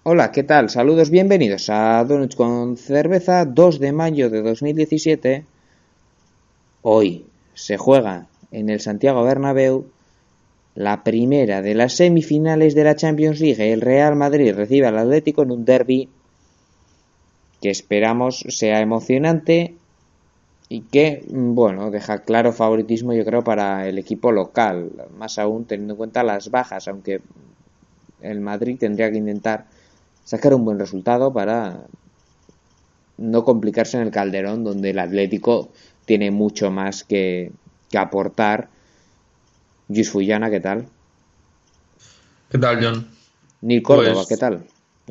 Hola, ¿qué tal? Saludos, bienvenidos a Donuts con Cerveza, 2 de mayo de 2017. Hoy se juega en el Santiago Bernabéu la primera de las semifinales de la Champions League. El Real Madrid recibe al Atlético en un derbi que esperamos sea emocionante y que, bueno, deja claro favoritismo, yo creo, para el equipo local, más aún teniendo en cuenta las bajas, aunque el Madrid tendría que intentar sacar un buen resultado para no complicarse en el Calderón, donde el Atlético tiene mucho más que aportar. Luis Fullana, ¿qué tal? ¿Qué tal, John? Nil Córdoba, ¿qué Pues tal?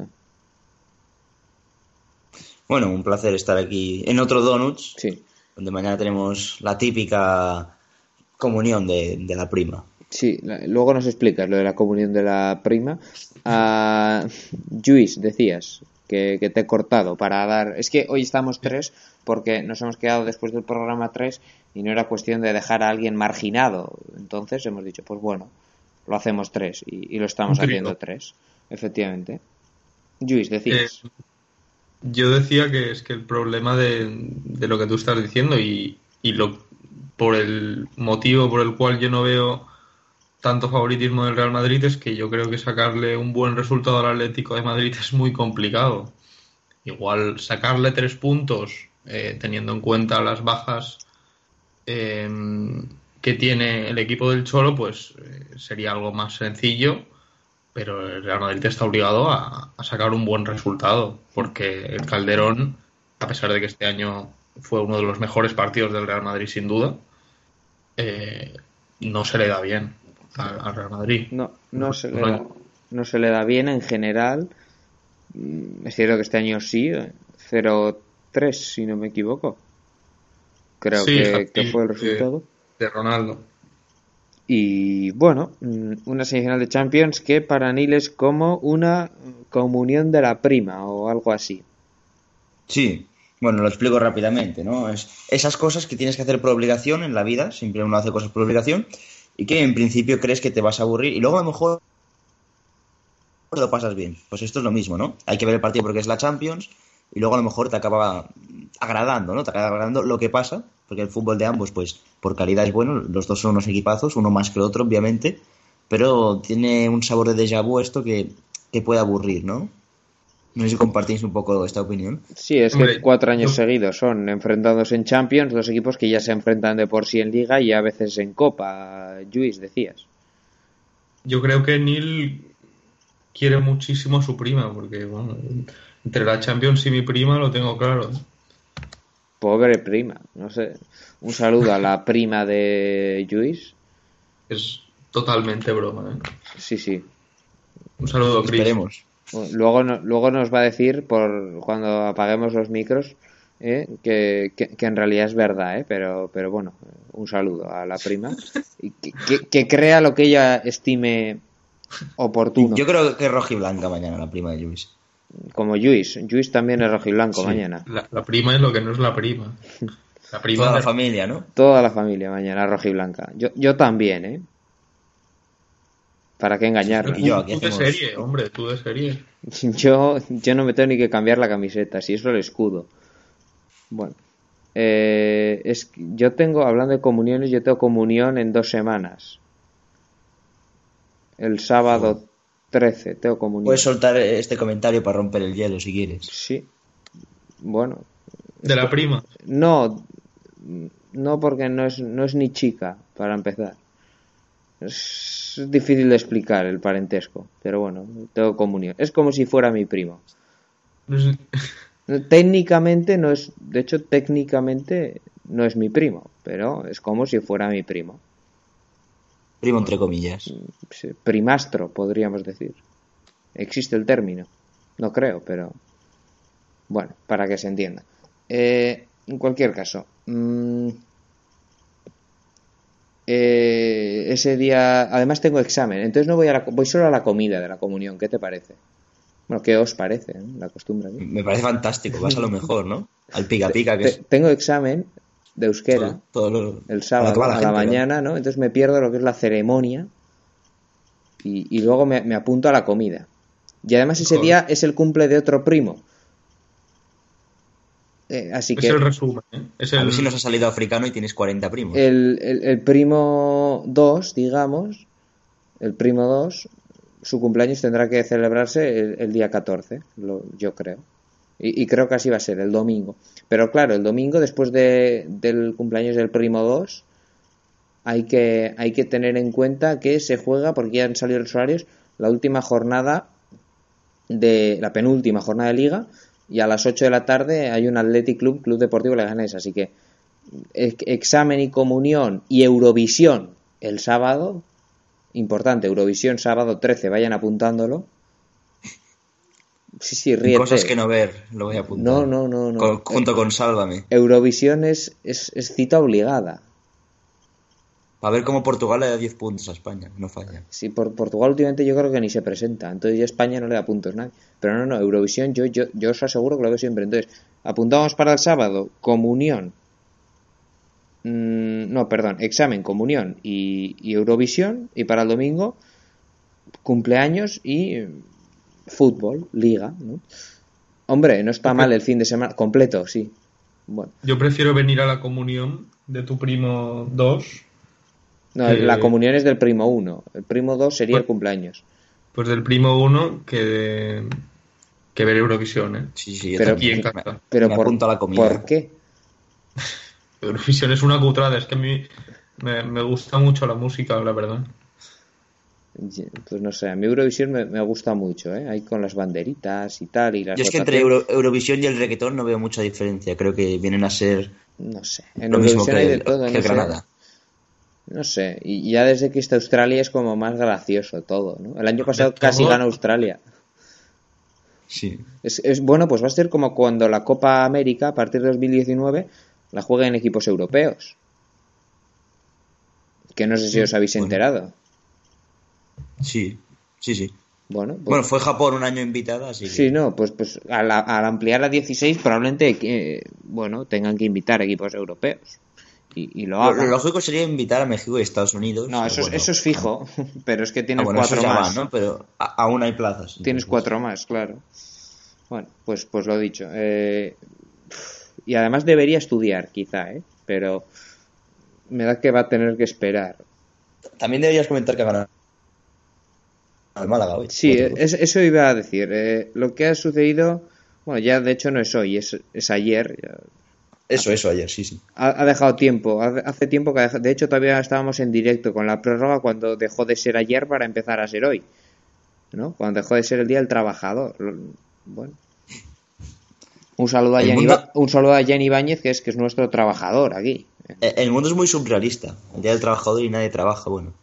Bueno, un placer estar aquí en otro Donuts, Sí, donde mañana tenemos la típica comunión de la prima. sí, luego nos explicas lo de la comunión de la prima. Luis, decías que te he cortado para dar... Es que hoy estamos tres porque nos hemos quedado después del programa 3 y no era cuestión de dejar a alguien marginado. Entonces hemos dicho, pues bueno, lo hacemos tres y lo un estamos haciendo trío. tres, efectivamente. Luis, Eh, decías. yo decía que es que el problema de lo que tú estás diciendo por el motivo por el cual yo no veo tanto favoritismo del Real Madrid es que yo creo que sacarle un buen resultado al Atlético de Madrid es muy complicado. Igual sacarle 3 puntos, teniendo en cuenta las bajas eh, que tiene el equipo del Cholo, pues sería algo más sencillo. Pero el Real Madrid está obligado a sacar un buen resultado, porque el Calderón, a pesar de que este año fue uno de los mejores partidos del Real Madrid sin duda, eh, no se le da bien al Real Madrid. No, Los últimos años. no se le da bien en general. Es cierto que este año sí, 0-3 si no me equivoco. Creo Sí, que Happy fue el resultado. de Ronaldo. Y bueno, una semifinal de Champions que para Neil es como una comunión de la prima o algo así. Sí, bueno, lo explico rápidamente, ¿no? Es esas cosas que tienes que hacer por obligación en la vida, siempre uno hace cosas por obligación, y que en principio crees que te vas a aburrir, y luego a lo mejor lo pasas bien. Pues esto es lo mismo, ¿no? Hay que ver el partido porque es la Champions, y luego a lo mejor te acaba agradando, ¿no? Te acaba agradando lo que pasa, porque el fútbol de ambos, pues, por calidad es bueno, los dos son unos equipazos, uno más que el otro, obviamente, pero tiene un sabor de déjà vu esto que puede aburrir, ¿no? No sé si compartís un poco esta opinión. Sí, es que Hombre, 4 años yo, seguidos son enfrentados en Champions, dos equipos que ya se enfrentan de por sí en Liga y a veces en Copa. Luis, decías. yo creo que Neil quiere muchísimo a su prima, porque bueno, entre la Champions y mi prima lo tengo claro. Pobre prima, no sé. Un saludo a la prima de Luis. Es totalmente broma, ¿eh? Sí, sí. Un saludo, Chris. Esperemos. Luego nos va a decir, por cuando apaguemos los micros, que en realidad es verdad, pero bueno, un saludo a la prima. Y que crea lo que ella estime oportuno. Yo creo que es rojiblanca mañana la prima de Luis. Como Luis. Luis también es rojiblanco Sí. mañana. La prima es lo que no es la prima. La prima Toda la de... familia, ¿no? Toda la familia mañana rojiblanca. Yo también, ¿eh? ¿Para qué Sí, sí. Y engañarnos? yo, Tú, aquí tú de hacemos... serie, hombre, tú de serie. Yo no me tengo ni que cambiar la camiseta, si eso el escudo. Bueno, yo tengo, hablando de comuniones, yo tengo comunión en 2 semanas. El Joder. sábado 13 tengo Puedes comunión. soltar este comentario para romper el hielo si quieres. Sí, bueno, De la prima. no, no porque no es ni chica, para empezar. Es difícil de explicar el parentesco, pero bueno, tengo comunión. Es como si fuera mi primo. No sé- Técnicamente no es, de hecho, técnicamente no es mi primo, pero es como si fuera mi primo. Primo entre comillas. Sí, primastro, podríamos decir. Existe el término. No creo, pero bueno, para que se entienda. En cualquier caso, ese día, además tengo examen, entonces no voy solo a la comida de la comunión. ¿Qué te parece? Bueno, ¿qué os parece, la costumbre aquí? Me parece fantástico, vas a lo mejor, ¿no? Al pica pica, que es Tengo examen de euskera todo lo, el a lo que va sábado la a la gente, ¿no? mañana, ¿no? Entonces me pierdo lo que es la ceremonia y luego me apunto a la comida. Y además ese Joder. día es el cumple de otro primo. Así Es que el resumen, ¿eh? Es A ver el... si nos ha salido africano y tienes 40 primos. el primo 2, digamos, el primo 2, su cumpleaños tendrá que celebrarse el día 14, yo creo. Y creo que así va a ser, el domingo. Pero claro, el domingo, después del cumpleaños del primo 2, hay que tener en cuenta que se juega, porque ya han salido los horarios, la última jornada la penúltima jornada de liga, y a las 8 de la tarde hay un Athletic Club Deportivo Leganés. Así que examen y comunión y Eurovisión el sábado, importante, Eurovisión sábado 13, vayan apuntándolo. Sí, ríete. Cosas que no ver, lo voy a apuntar. No. Junto con Sálvame. Eurovisión es cita obligada. Para ver cómo Portugal le da 10 puntos a España, no falla. Sí, Portugal últimamente yo creo que ni se presenta, entonces ya España no le da puntos nadie. Pero no, Eurovisión yo os aseguro que lo veo siempre. Entonces, apuntamos para el sábado, comunión. No, perdón, examen, comunión y Eurovisión. Y para el domingo, cumpleaños y fútbol, liga, ¿no? Hombre, no está mal el fin de semana completo, sí. Bueno, Yo prefiero venir a la comunión de tu primo 2, no, la comunión es del primo 1. El primo 2 sería el cumpleaños. pues del primo 1 que ver Eurovisión, ¿eh? Sí, yo Pero- también. Aquí en casa. Pero Me apunto a la comida. ¿por qué? Eurovisión es una cutrada, es que a mí me gusta mucho la música, la verdad. Pues no sé, a mí Eurovisión me gusta mucho, ¿eh? Ahí con las banderitas y tal, y las Yo es que entre votaciones. Eurovisión y el reggaetón no veo mucha diferencia. Creo que vienen a ser No sé, en lo mismo Eurovisión hay de que todo, el no sé. Granada. No sé, y ya desde que está Australia es como más gracioso todo, ¿no? El año pasado De casi todo. ganó Australia. Sí. Bueno, pues va a ser como cuando la Copa América, a partir de 2019, la jueguen equipos europeos. Que no sé si os habéis Bueno. enterado. Sí. Bueno, pues, Bueno, fue Japón un año invitada, así que... sí, no, pues al ampliar a 16 probablemente, bueno, tengan que invitar equipos europeos. Y lo Lo hagan. lógico sería invitar a México y Estados Unidos. No, pero bueno. eso es fijo, pero es que tienes Bueno, cuatro eso ya más. va, ¿no? Pero aún hay plazas. Tienes entonces. 4 más, claro. Bueno, pues lo dicho. Y además debería estudiar, quizá, ¿eh? Pero me da que va a tener que esperar. También deberías comentar que ha ganado al Málaga hoy. Sí, 4-2. eso iba a decir. Lo que ha sucedido, bueno, ya de hecho no es hoy, es ayer. Ya. Eso, ayer, sí. Ha dejado tiempo, hace tiempo que ha dejado. De hecho, todavía estábamos en directo con la prórroga cuando dejó de ser ayer para empezar a ser hoy, ¿no? Cuando dejó de ser el Día del Trabajador. Bueno. Un saludo a Jenny Ibáñez, que es nuestro trabajador aquí. El mundo es muy surrealista. El día del trabajador y nadie trabaja, bueno.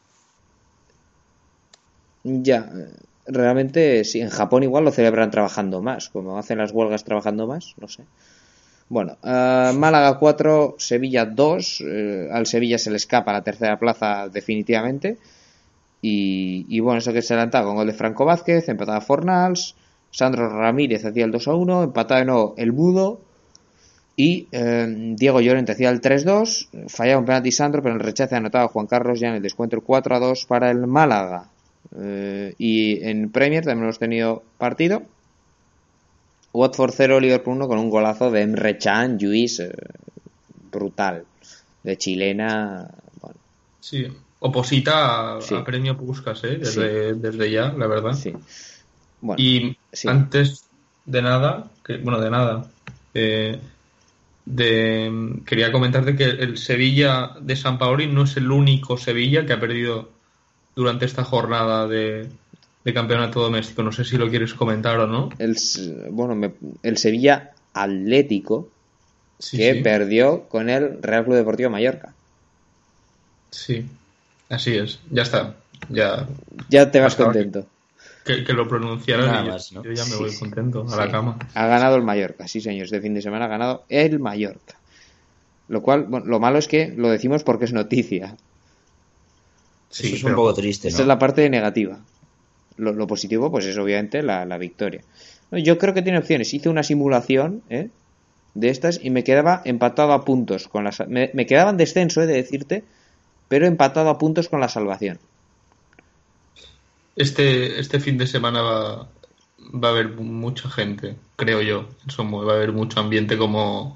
Ya, realmente sí, en Japón igual lo celebran trabajando más, como hacen las huelgas trabajando más, no sé. Bueno, Málaga 4, Sevilla 2, al Sevilla se le escapa la tercera plaza definitivamente. Y bueno, eso que se adelantaba con gol de Franco Vázquez, empataba Fornals, Sandro Ramírez hacía el 2-1, empataba de nuevo el Budo y Diego Llorente hacía el 3-2, fallaba un penalti Sandro, pero en el rechace anotaba Juan Carlos ya en el descuento el 4-2 para el Málaga. Y en Premier también hemos tenido partido. Watford 0, Liverpool 1 con un golazo de Emre Can Lluís, brutal, de chilena. Bueno, Sí, oposita Sí. a Premio Puskás, desde ya, la verdad. sí. Bueno, Y sí. antes de nada, quería comentarte que el Sevilla de Sampaoli no es el único Sevilla que ha perdido durante esta jornada de campeonato doméstico. No sé si lo quieres comentar o no. El Sevilla Atlético Sí, que sí. perdió con el Real Club Deportivo Mallorca. Sí, así es. Ya está. Ya Ya te vas Bastaba contento. que lo pronunciaras Nada y más, ¿no? yo ya me Sí, voy sí. contento a Sí. la cama. Ha ganado el Mallorca, sí señor. Este fin de semana ha ganado el Mallorca. Lo cual, bueno, lo malo es que lo decimos porque es noticia. Sí, Eso es pero- un poco triste, Esa ¿no? es la parte negativa. Lo positivo, pues es obviamente la victoria. No, yo creo que tiene opciones. Hice una simulación de estas y me quedaba empatado a puntos con me quedaba en descenso, de decirte, pero empatado a puntos con la salvación. Este fin de semana va a haber mucha gente, creo yo. Va a haber mucho ambiente como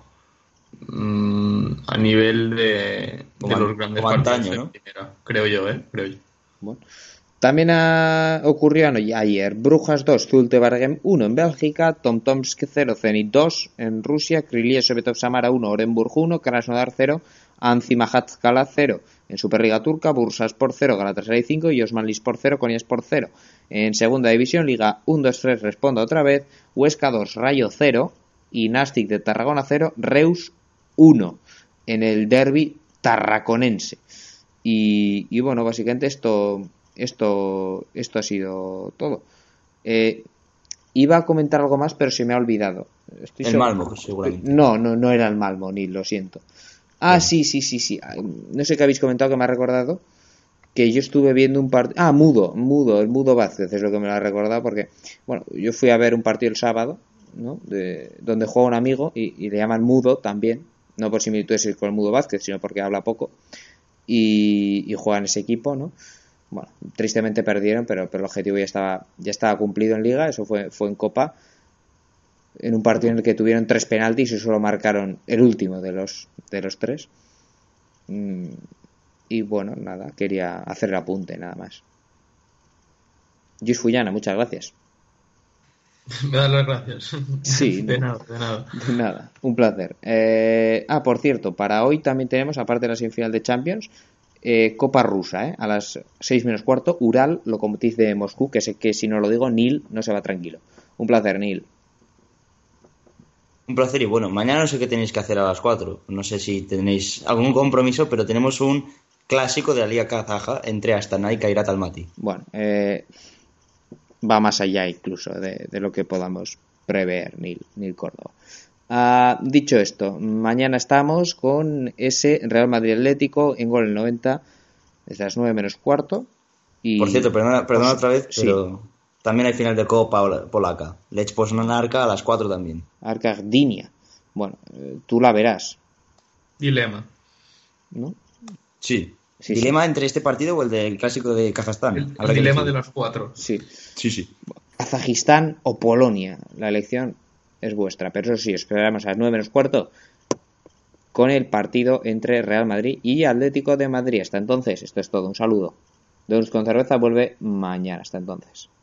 a nivel de los grandes como partidos antaño, de ¿no? primera, creo yo, ¿eh? Creo yo. Bueno. También ocurrió ayer Brujas 2, Zulte Waregem 1 en Bélgica, Tomtomsk 0, Zenit 2 en Rusia, Krylia Sovetov Samara 1, Orenburg 1, Krasnodar 0, Anzi Mahatskala 0 en Superliga Turca, Bursaspor 0, Galatasaray 5 y Osmanlispor 0, Konyaspor 0. En Segunda División, Liga 1-2-3 responda otra vez, Huesca 2, Rayo 0 y Nastic de Tarragona 0, Reus 1 en el derbi tarraconense. Y bueno, básicamente esto ha sido todo. Iba a comentar algo más, pero se me ha olvidado. El Malmo, seguramente. No era el Malmo, ni lo siento. Sí. No sé qué habéis comentado que me ha recordado que yo estuve viendo un partido. El Mudo Vázquez es lo que me lo ha recordado, porque bueno, yo fui a ver un partido el sábado, ¿no? Donde juega un amigo y le llaman Mudo también, no por similitudes con el Mudo Vázquez, sino porque habla poco y juega en ese equipo, ¿no? Bueno, tristemente perdieron, pero el objetivo ya estaba cumplido en Liga. Eso fue en Copa, en un partido en el que tuvieron 3 penaltis y solo marcaron el último de los 3. Y bueno, nada, quería hacer el apunte, nada más. Luis Fullana, muchas gracias. Me das las gracias. Sí, de no, nada. de nada, un placer. Por cierto, para hoy también tenemos, aparte de la semifinal de Champions, Copa rusa, a las 6 menos cuarto, Ural, Lokomotiv de Moscú, que sé que si no lo digo, Nil no se va tranquilo. Un placer, Nil. Un placer y bueno, mañana no sé qué tenéis que hacer a las 4. No sé si tenéis algún compromiso, pero tenemos un clásico de la Liga Kazaja entre Astana y Kairat Almaty. Bueno, va más allá incluso de lo que podamos prever, Nil Córdoba. Dicho esto, mañana estamos con ese Real Madrid Atlético en gol el 90 desde las 9 menos cuarto. Y por cierto, perdona otra vez, sí. Pero también hay final de Copa polaca. Lech Poznan Arka a las 4 también. Arka Gdynia. Bueno, tú la verás. Dilema. ¿No? Sí. ¿Dilema entre este partido o el del clásico de Kazajstán? El dilema de las 4. Sí. Sí. Kazajistán o Polonia. La elección es vuestra, pero eso sí, esperamos a las 9 menos cuarto con el partido entre Real Madrid y Atlético de Madrid. Hasta entonces, esto es todo. Un saludo. Donuts con cerveza vuelve mañana. Hasta entonces.